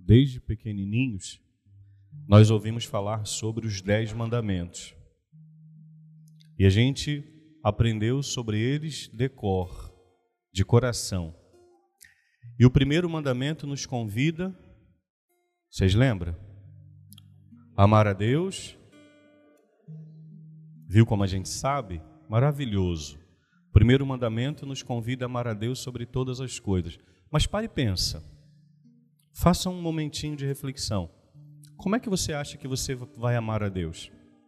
desde pequenininhos, nós ouvimos falar sobre os 10 mandamentos. E a gente aprendeu sobre eles de cor, de coração. E o primeiro mandamento nos convida, vocês lembram? Amar a Deus. Viu como a gente sabe? Maravilhoso. O primeiro mandamento nos convida a amar a Deus sobre todas as coisas. Mas pare e pensa. Faça um momentinho de reflexão. Como é que você acha que você vai amar a Deus?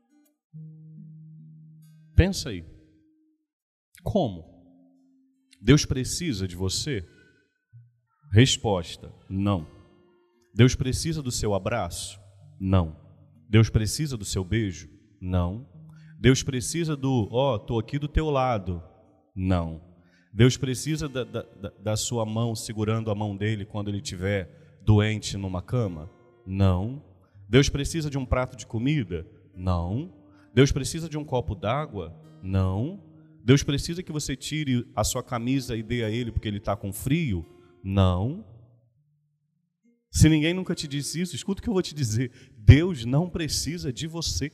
Pensa aí. Como? Deus precisa de você? Resposta: não. Deus precisa do seu abraço? Não. Deus precisa do seu beijo? Não. Deus precisa do, estou aqui do teu lado? Não. Deus precisa da sua mão segurando a mão dele quando ele estiver doente numa cama? Não. Deus precisa de um prato de comida? Não. Deus precisa de um copo d'água? Não. Deus precisa que você tire a sua camisa e dê a ele porque ele está com frio? Não. Se ninguém nunca te disse isso, escuta o que eu vou te dizer. Deus não precisa de você.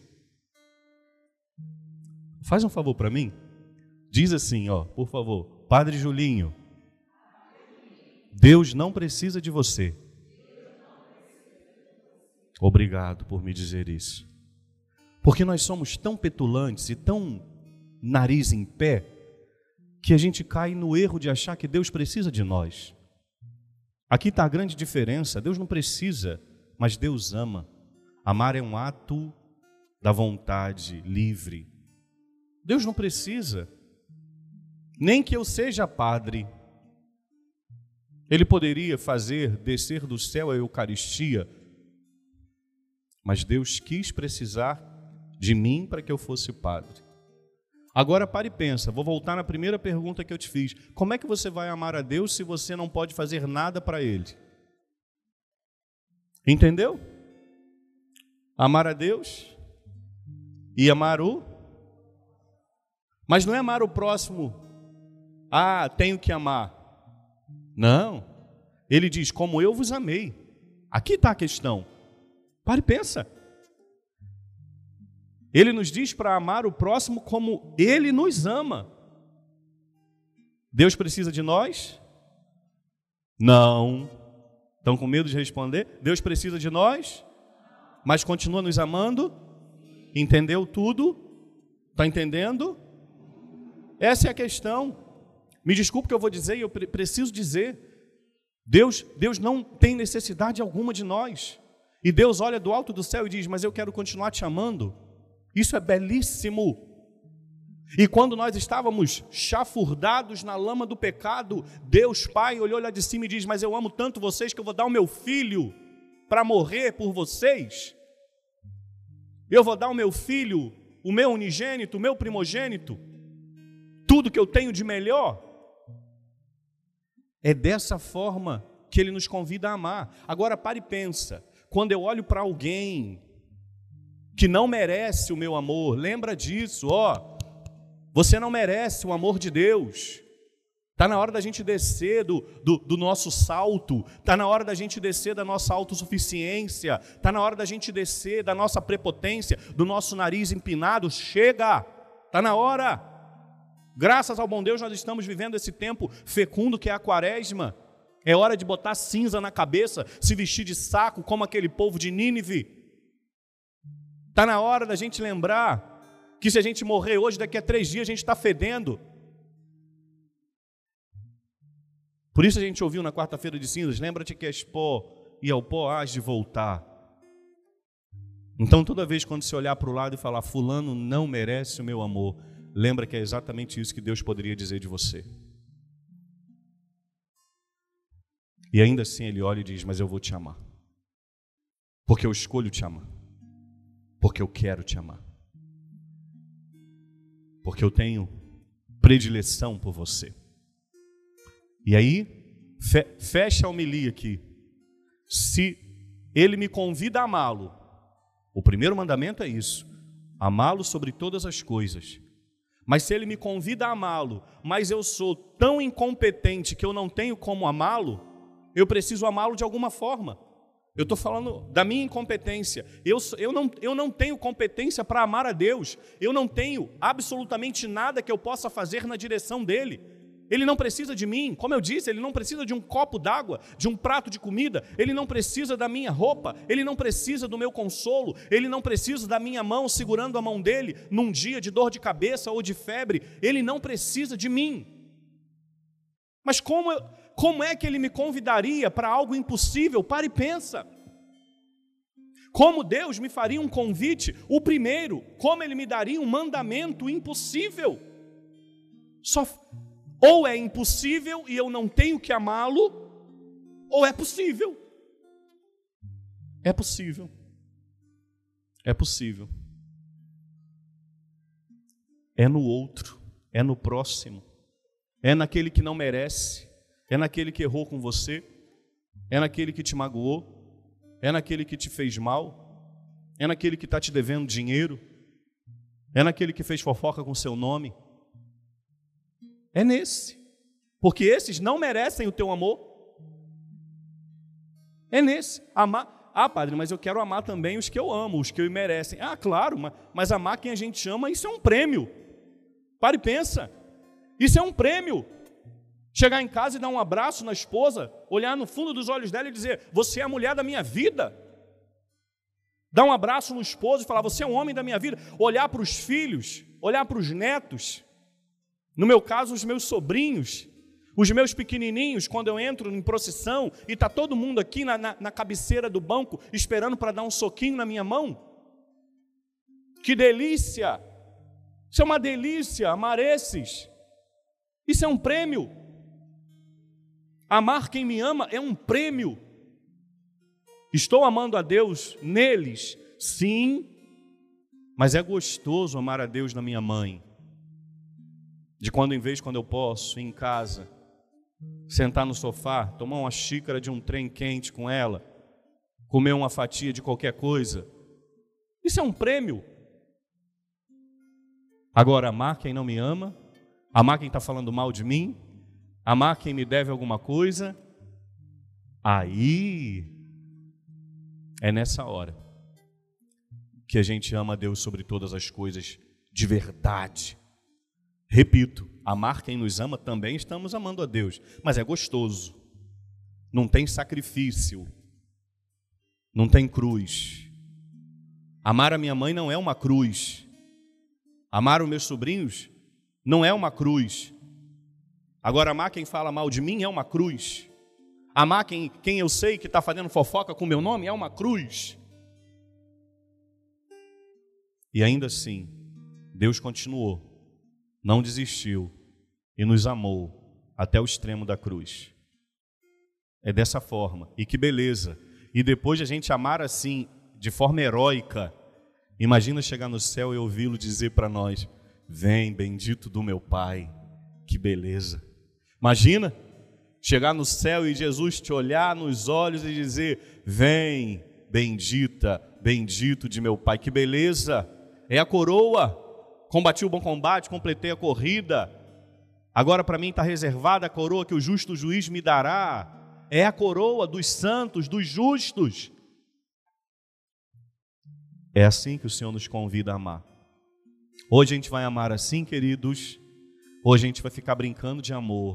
Faz um favor para mim. Diz assim, por favor. Padre Julinho. Deus não precisa de você. Obrigado por me dizer isso. Porque nós somos tão petulantes e tão nariz em pé, que a gente cai no erro de achar que Deus precisa de nós. Aqui está a grande diferença. Deus não precisa, mas Deus ama. Amar é um ato da vontade livre. Deus não precisa. Nem que eu seja padre. Ele poderia fazer descer do céu a Eucaristia, mas Deus quis precisar de mim para que eu fosse padre. Agora pare e pensa, vou voltar na primeira pergunta que eu te fiz. Como é que você vai amar a Deus se você não pode fazer nada para Ele? Entendeu? Amar a Deus e amar o... Mas não é amar o próximo, tenho que amar. Não, ele diz, como eu vos amei. Aqui está a questão. Pare e pensa. Ele nos diz para amar o próximo como Ele nos ama. Deus precisa de nós? Não. Estão com medo de responder? Deus precisa de nós? Mas continua nos amando? Entendeu tudo? Está entendendo? Essa é a questão. Me desculpe que eu vou dizer e eu preciso dizer. Deus não tem necessidade alguma de nós. E Deus olha do alto do céu e diz, mas eu quero continuar te amando. Isso é belíssimo. E quando nós estávamos chafurdados na lama do pecado, Deus Pai olhou lá de cima e diz, mas eu amo tanto vocês que eu vou dar o meu filho para morrer por vocês. Eu vou dar o meu filho, o meu unigênito, o meu primogênito, tudo que eu tenho de melhor. É dessa forma que Ele nos convida a amar. Agora pare e pensa. Quando eu olho para alguém que não merece o meu amor, lembra disso, você não merece o amor de Deus. Está na hora da gente descer do nosso salto, está na hora da gente descer da nossa autossuficiência, está na hora da gente descer da nossa prepotência, do nosso nariz empinado. Chega, está na hora. Graças ao bom Deus nós estamos vivendo esse tempo fecundo que é a quaresma. É hora de botar cinza na cabeça, se vestir de saco como aquele povo de Nínive. Está na hora da gente lembrar que se a gente morrer hoje, daqui a 3 dias a gente está fedendo. Por isso a gente ouviu na quarta-feira de cinzas, lembra-te que és pó e ao pó hás de voltar. Então toda vez quando você olhar para o lado e falar, fulano não merece o meu amor, lembra que é exatamente isso que Deus poderia dizer de você. E ainda assim Ele olha e diz, mas eu vou te amar. Porque eu escolho te amar. Porque eu quero te amar. Porque eu tenho predileção por você. E aí, fecha a homilia aqui. Se Ele me convida a amá-lo, o primeiro mandamento é isso. Amá-lo sobre todas as coisas. Mas se Ele me convida a amá-lo, mas eu sou tão incompetente que eu não tenho como amá-lo, eu preciso amá-lo de alguma forma. Eu estou falando da minha incompetência. Eu não tenho competência para amar a Deus. Eu não tenho absolutamente nada que eu possa fazer na direção dele. Ele não precisa de mim. Como eu disse, ele não precisa de um copo d'água, de um prato de comida. Ele não precisa da minha roupa. Ele não precisa do meu consolo. Ele não precisa da minha mão segurando a mão dele num dia de dor de cabeça ou de febre. Ele não precisa de mim. Mas como é que ele me convidaria para algo impossível? Para e pensa. Como Deus me faria um convite? O primeiro, como ele me daria um mandamento impossível? Ou é impossível e eu não tenho que amá-lo, ou é possível. É possível. É possível. É no outro, é no próximo, é naquele que não merece, é naquele que errou com você, é naquele que te magoou, é naquele que te fez mal, é naquele que está te devendo dinheiro, é naquele que fez fofoca com seu nome. É nesse, porque esses não merecem o teu amor. É nesse, amar. Ah, padre, mas eu quero amar também os que eu amo, os que eu merecem. Ah, claro, mas amar quem a gente ama, isso é um prêmio. Para e pensa, isso é um prêmio. Chegar em casa e dar um abraço na esposa, olhar no fundo dos olhos dela e dizer: você é a mulher da minha vida. Dar um abraço no esposo e falar: você é um homem da minha vida. Olhar para os filhos, olhar para os netos. No meu caso, os meus sobrinhos, os meus pequenininhos, quando eu entro em procissão e está todo mundo aqui na cabeceira do banco esperando para dar um soquinho na minha mão. Que delícia! Isso é uma delícia, amar esses. Isso é um prêmio. Amar quem me ama é um prêmio. Estou amando a Deus neles? Sim, mas é gostoso amar a Deus na minha mãe. De quando em vez, quando eu posso, ir em casa, sentar no sofá, tomar uma xícara de um trem quente com ela, comer uma fatia de qualquer coisa. Isso é um prêmio. Agora, amar quem não me ama, amar quem está falando mal de mim, amar quem me deve alguma coisa, aí é nessa hora que a gente ama a Deus sobre todas as coisas de verdade. Repito, amar quem nos ama também estamos amando a Deus, mas é gostoso. Não tem sacrifício, não tem cruz. Amar a minha mãe não é uma cruz. Amar os meus sobrinhos não é uma cruz. Agora, amar quem fala mal de mim é uma cruz. Amar quem eu sei que está fazendo fofoca com o meu nome é uma cruz. E ainda assim, Deus continuou. Não desistiu e nos amou até o extremo da cruz. É dessa forma. E que beleza. E depois de a gente amar assim, de forma heróica, imagina chegar no céu e ouvi-lo dizer para nós: vem, bendito do meu Pai. Que beleza. Imagina chegar no céu e Jesus te olhar nos olhos e dizer: vem, bendita, bendito de meu Pai. Que beleza. É a coroa. Combati o bom combate, completei a corrida. Agora para mim está reservada a coroa que o justo juiz me dará. É a coroa dos santos, dos justos. É assim que o Senhor nos convida a amar. Hoje a gente vai amar assim, queridos. Hoje a gente vai ficar brincando de amor.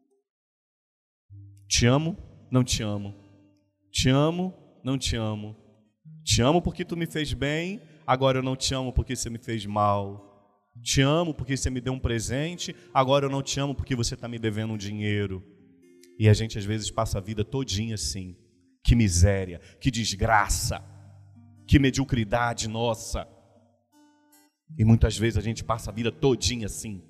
Te amo, não te amo. Te amo, não te amo. Te amo porque tu me fez bem, agora eu não te amo porque você me fez mal. Te amo porque você me deu um presente, agora eu não te amo porque você está me devendo um dinheiro. E a gente às vezes passa a vida todinha assim. Que miséria, que desgraça, que mediocridade nossa. E muitas vezes a gente passa a vida todinha assim.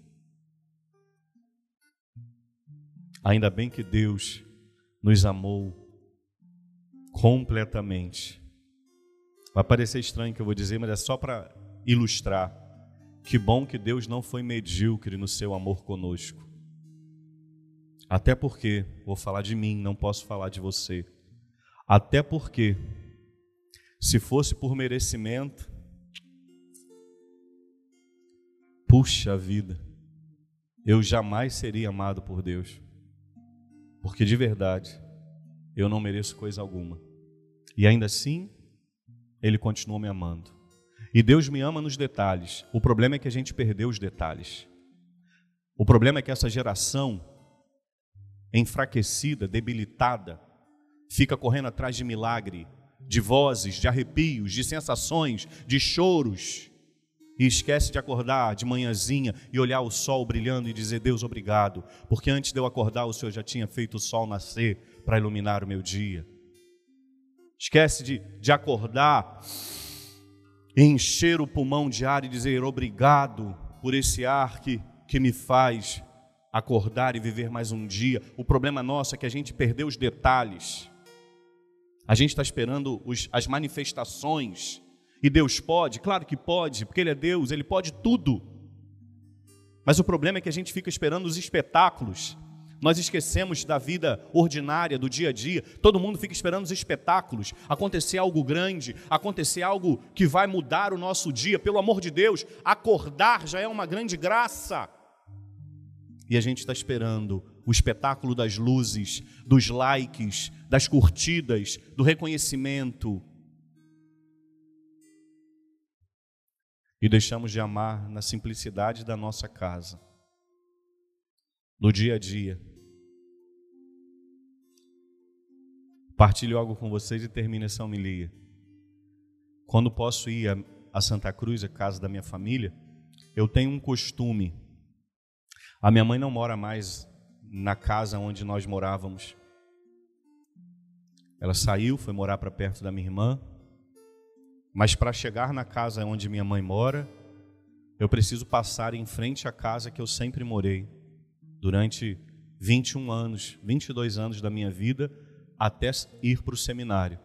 Ainda bem que Deus nos amou completamente. Vai parecer estranho o que eu vou dizer, mas é só para ilustrar. Que bom que Deus não foi medíocre no seu amor conosco. Até porque, vou falar de mim, não posso falar de você. Até porque, se fosse por merecimento, puxa vida, eu jamais seria amado por Deus. Porque de verdade, eu não mereço coisa alguma. E ainda assim, Ele continuou me amando. E Deus me ama nos detalhes. O problema é que a gente perdeu os detalhes. O problema é que essa geração enfraquecida, debilitada, fica correndo atrás de milagre, de vozes, de arrepios, de sensações, de choros, e esquece de acordar de manhãzinha e olhar o sol brilhando e dizer: Deus, obrigado, porque antes de eu acordar o Senhor já tinha feito o sol nascer para iluminar o meu dia. Esquece de acordar, encher o pulmão de ar e dizer: obrigado por esse ar que me faz acordar e viver mais um dia. O problema nosso é que a gente perdeu os detalhes. A gente está esperando as manifestações. E Deus pode? Claro que pode, porque Ele é Deus, Ele pode tudo. Mas o problema é que a gente fica esperando os espetáculos. Nós esquecemos da vida ordinária, do dia a dia. Todo mundo fica esperando os espetáculos. Acontecer algo grande, acontecer algo que vai mudar o nosso dia. Pelo amor de Deus, acordar já é uma grande graça. E a gente está esperando o espetáculo das luzes, dos likes, das curtidas, do reconhecimento. E deixamos de amar na simplicidade da nossa casa, no dia a dia. Partilho algo com vocês e termino essa homilia. Quando posso ir a Santa Cruz, a casa da minha família, eu tenho um costume. A minha mãe não mora mais na casa onde nós morávamos. Ela saiu, foi morar para perto da minha irmã. Mas para chegar na casa onde minha mãe mora, eu preciso passar em frente à casa que eu sempre morei. Durante 21 anos, 22 anos da minha vida, até ir para o seminário.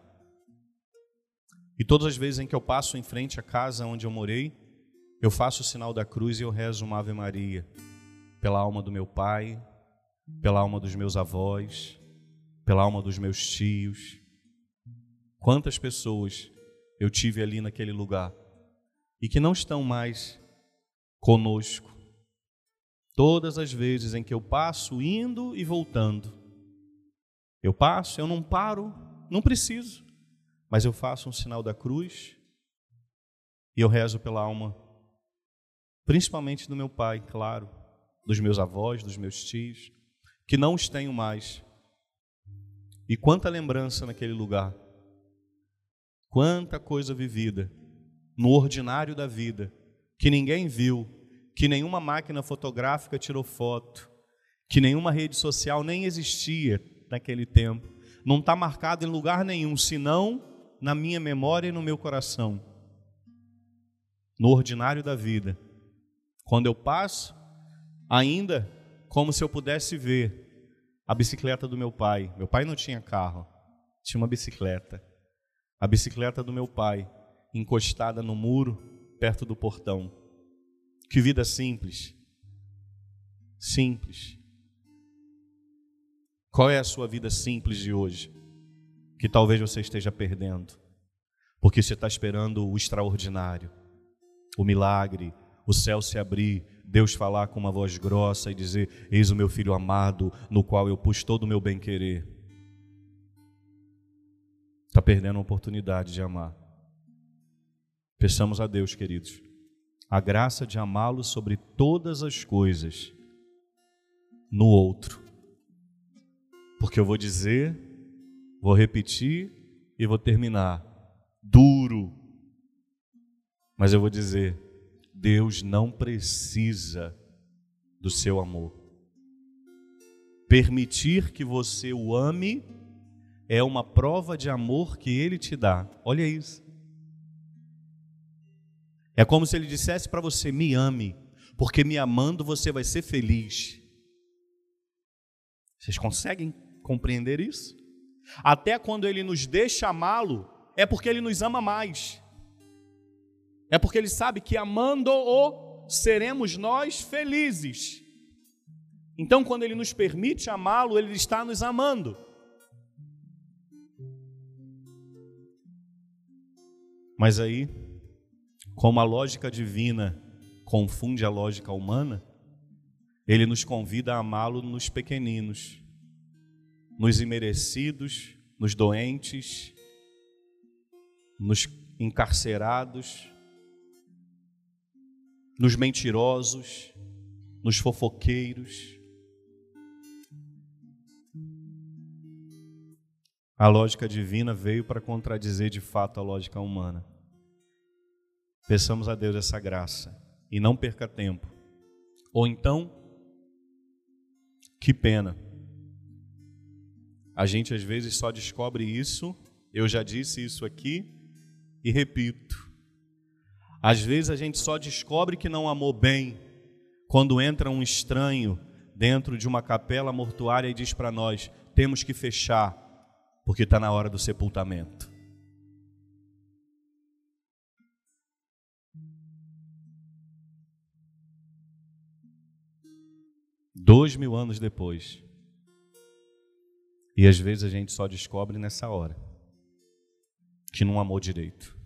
E todas as vezes em que eu passo em frente à casa onde eu morei, eu faço o sinal da cruz e eu rezo uma Ave Maria. Pela alma do meu pai, pela alma dos meus avós, pela alma dos meus tios. Quantas pessoas eu tive ali naquele lugar e que não estão mais conosco. Todas as vezes em que eu passo indo e voltando, eu passo, eu não paro, não preciso, mas eu faço um sinal da cruz e eu rezo pela alma, principalmente do meu pai, claro, dos meus avós, dos meus tios, que não os tenho mais. E quanta lembrança naquele lugar. Quanta coisa vivida no ordinário da vida, que ninguém viu, que nenhuma máquina fotográfica tirou foto, que nenhuma rede social nem existia naquele tempo. Não está marcado em lugar nenhum, senão na minha memória e no meu coração. No ordinário da vida. Quando eu passo, ainda como se eu pudesse ver a bicicleta do meu pai. Meu pai não tinha carro, tinha uma bicicleta. A bicicleta do meu pai, encostada no muro, perto do portão. Que vida simples. Simples. Qual é a sua vida simples de hoje? Que talvez você esteja perdendo. Porque você está esperando o extraordinário, o milagre, o céu se abrir, Deus falar com uma voz grossa e dizer: eis o meu filho amado, no qual eu pus todo o meu bem-querer. Está perdendo a oportunidade de amar. Peçamos a Deus, queridos, a graça de amá-lo sobre todas as coisas no outro. Porque eu vou dizer, vou repetir e vou terminar. Duro. Mas eu vou dizer: Deus não precisa do seu amor. Permitir que você o ame é uma prova de amor que Ele te dá. Olha isso. É como se Ele dissesse para você: me ame, porque me amando você vai ser feliz. Vocês conseguem compreender isso? Até quando Ele nos deixa amá-lo, é porque Ele nos ama mais. É porque Ele sabe que amando-o, seremos nós felizes. Então, quando Ele nos permite amá-lo, Ele está nos amando. Mas aí, como a lógica divina confunde a lógica humana, Ele nos convida a amá-lo nos pequeninos, nos imerecidos, nos doentes, nos encarcerados, nos mentirosos, nos fofoqueiros. A lógica divina veio para contradizer de fato a lógica humana. Peçamos a Deus essa graça e não perca tempo. Ou então, que pena, a gente às vezes só descobre isso, eu já disse isso aqui e repito. Às vezes a gente só descobre que não amou bem quando entra um estranho dentro de uma capela mortuária e diz para nós: temos que fechar, porque está na hora do sepultamento. Dois 2000 anos depois. E às vezes a gente só descobre nessa hora que não amou direito.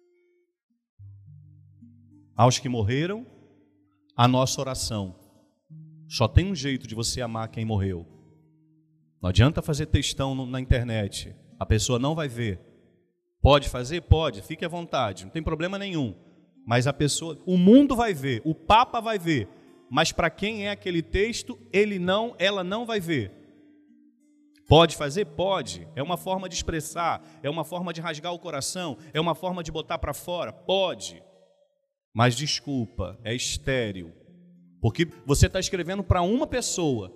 Aos que morreram, a nossa oração. Só tem um jeito de você amar quem morreu. Não adianta fazer textão na internet. A pessoa não vai ver. Pode fazer? Pode. Fique à vontade. Não tem problema nenhum. Mas a pessoa, o mundo vai ver. O Papa vai ver. Mas para quem é aquele texto, ela não vai ver. Pode fazer? Pode. É uma forma de expressar. É uma forma de rasgar o coração. É uma forma de botar para fora. Pode. Mas desculpa, é estéril. Porque você está escrevendo para uma pessoa.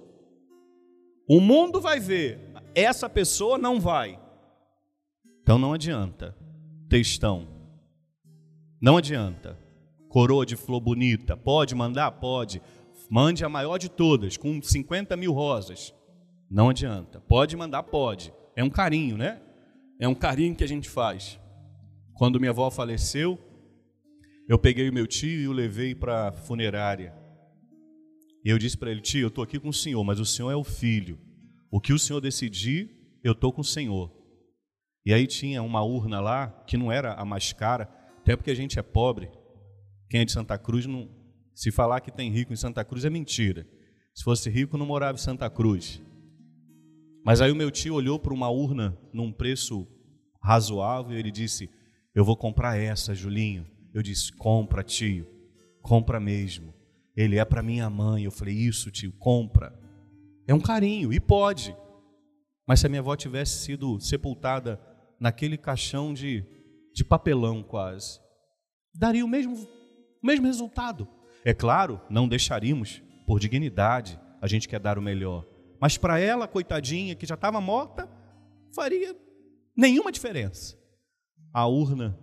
O mundo vai ver, essa pessoa não vai. Então não adianta. Textão. Não adianta. Coroa de flor bonita. Pode mandar? Pode. Mande a maior de todas, com 50 mil rosas. Não adianta. Pode mandar? Pode. É um carinho, né? É um carinho que a gente faz. Quando minha avó faleceu, eu peguei o meu tio e o levei para a funerária. E eu disse para ele: tio, eu estou aqui com o senhor, mas o senhor é o filho. O que o senhor decidir, eu estou com o senhor. E aí tinha uma urna lá, que não era a mais cara, até porque a gente é pobre. Quem é de Santa Cruz, não, se falar que tem rico em Santa Cruz é mentira. Se fosse rico, não morava em Santa Cruz. Mas aí o meu tio olhou para uma urna num preço razoável e ele disse: eu vou comprar essa, Julinho. Eu disse: compra, tio, compra mesmo. Ele: é para minha mãe. Eu falei: isso, tio, compra. É um carinho, e pode. Mas se a minha avó tivesse sido sepultada naquele caixão de papelão quase, daria o mesmo resultado. É claro, não deixaríamos por dignidade, a gente quer dar o melhor. Mas para ela, coitadinha, que já estava morta, faria nenhuma diferença. A urna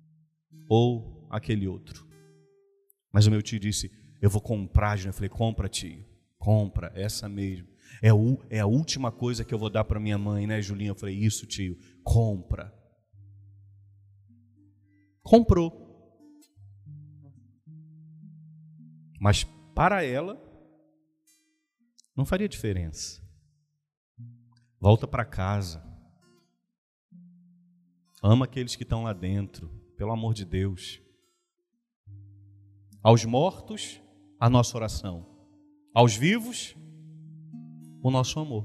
ou aquele outro. Mas o meu tio disse: eu vou comprar, Júnior. Eu falei: compra, tio, compra, essa mesmo. É a última coisa que eu vou dar para minha mãe, né, Julinha? Eu falei: isso, tio, compra. Comprou. Mas para ela, não faria diferença. Volta para casa. Ama aqueles que estão lá dentro, pelo amor de Deus. Aos mortos, a nossa oração. Aos vivos, o nosso amor.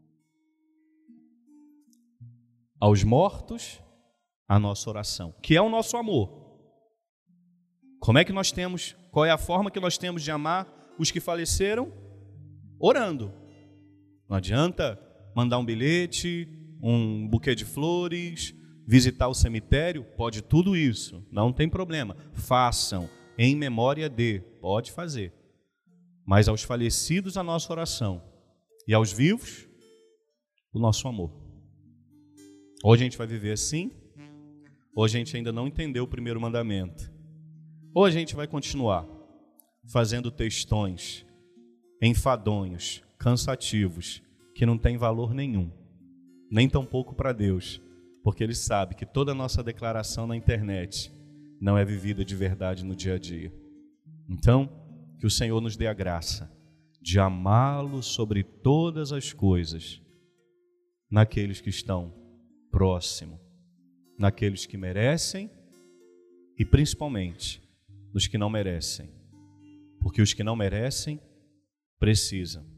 Aos mortos, a nossa oração, que é o nosso amor. Como é que nós temos, qual é a forma que nós temos de amar os que faleceram? Orando. Não adianta mandar um bilhete, um buquê de flores, visitar o cemitério, pode tudo isso, não tem problema. Façam em memória de, pode fazer. Mas aos falecidos a nossa oração e aos vivos o nosso amor. Hoje a gente vai viver assim, hoje a gente ainda não entendeu o primeiro mandamento. Hoje a gente vai continuar fazendo textões, enfadonhos, cansativos, que não tem valor nenhum, nem tampouco para Deus, porque Ele sabe que toda a nossa declaração na internet não é vivida de verdade no dia a dia. Então, que o Senhor nos dê a graça de amá-lo sobre todas as coisas, naqueles que estão próximo, naqueles que merecem e principalmente nos que não merecem, porque os que não merecem precisam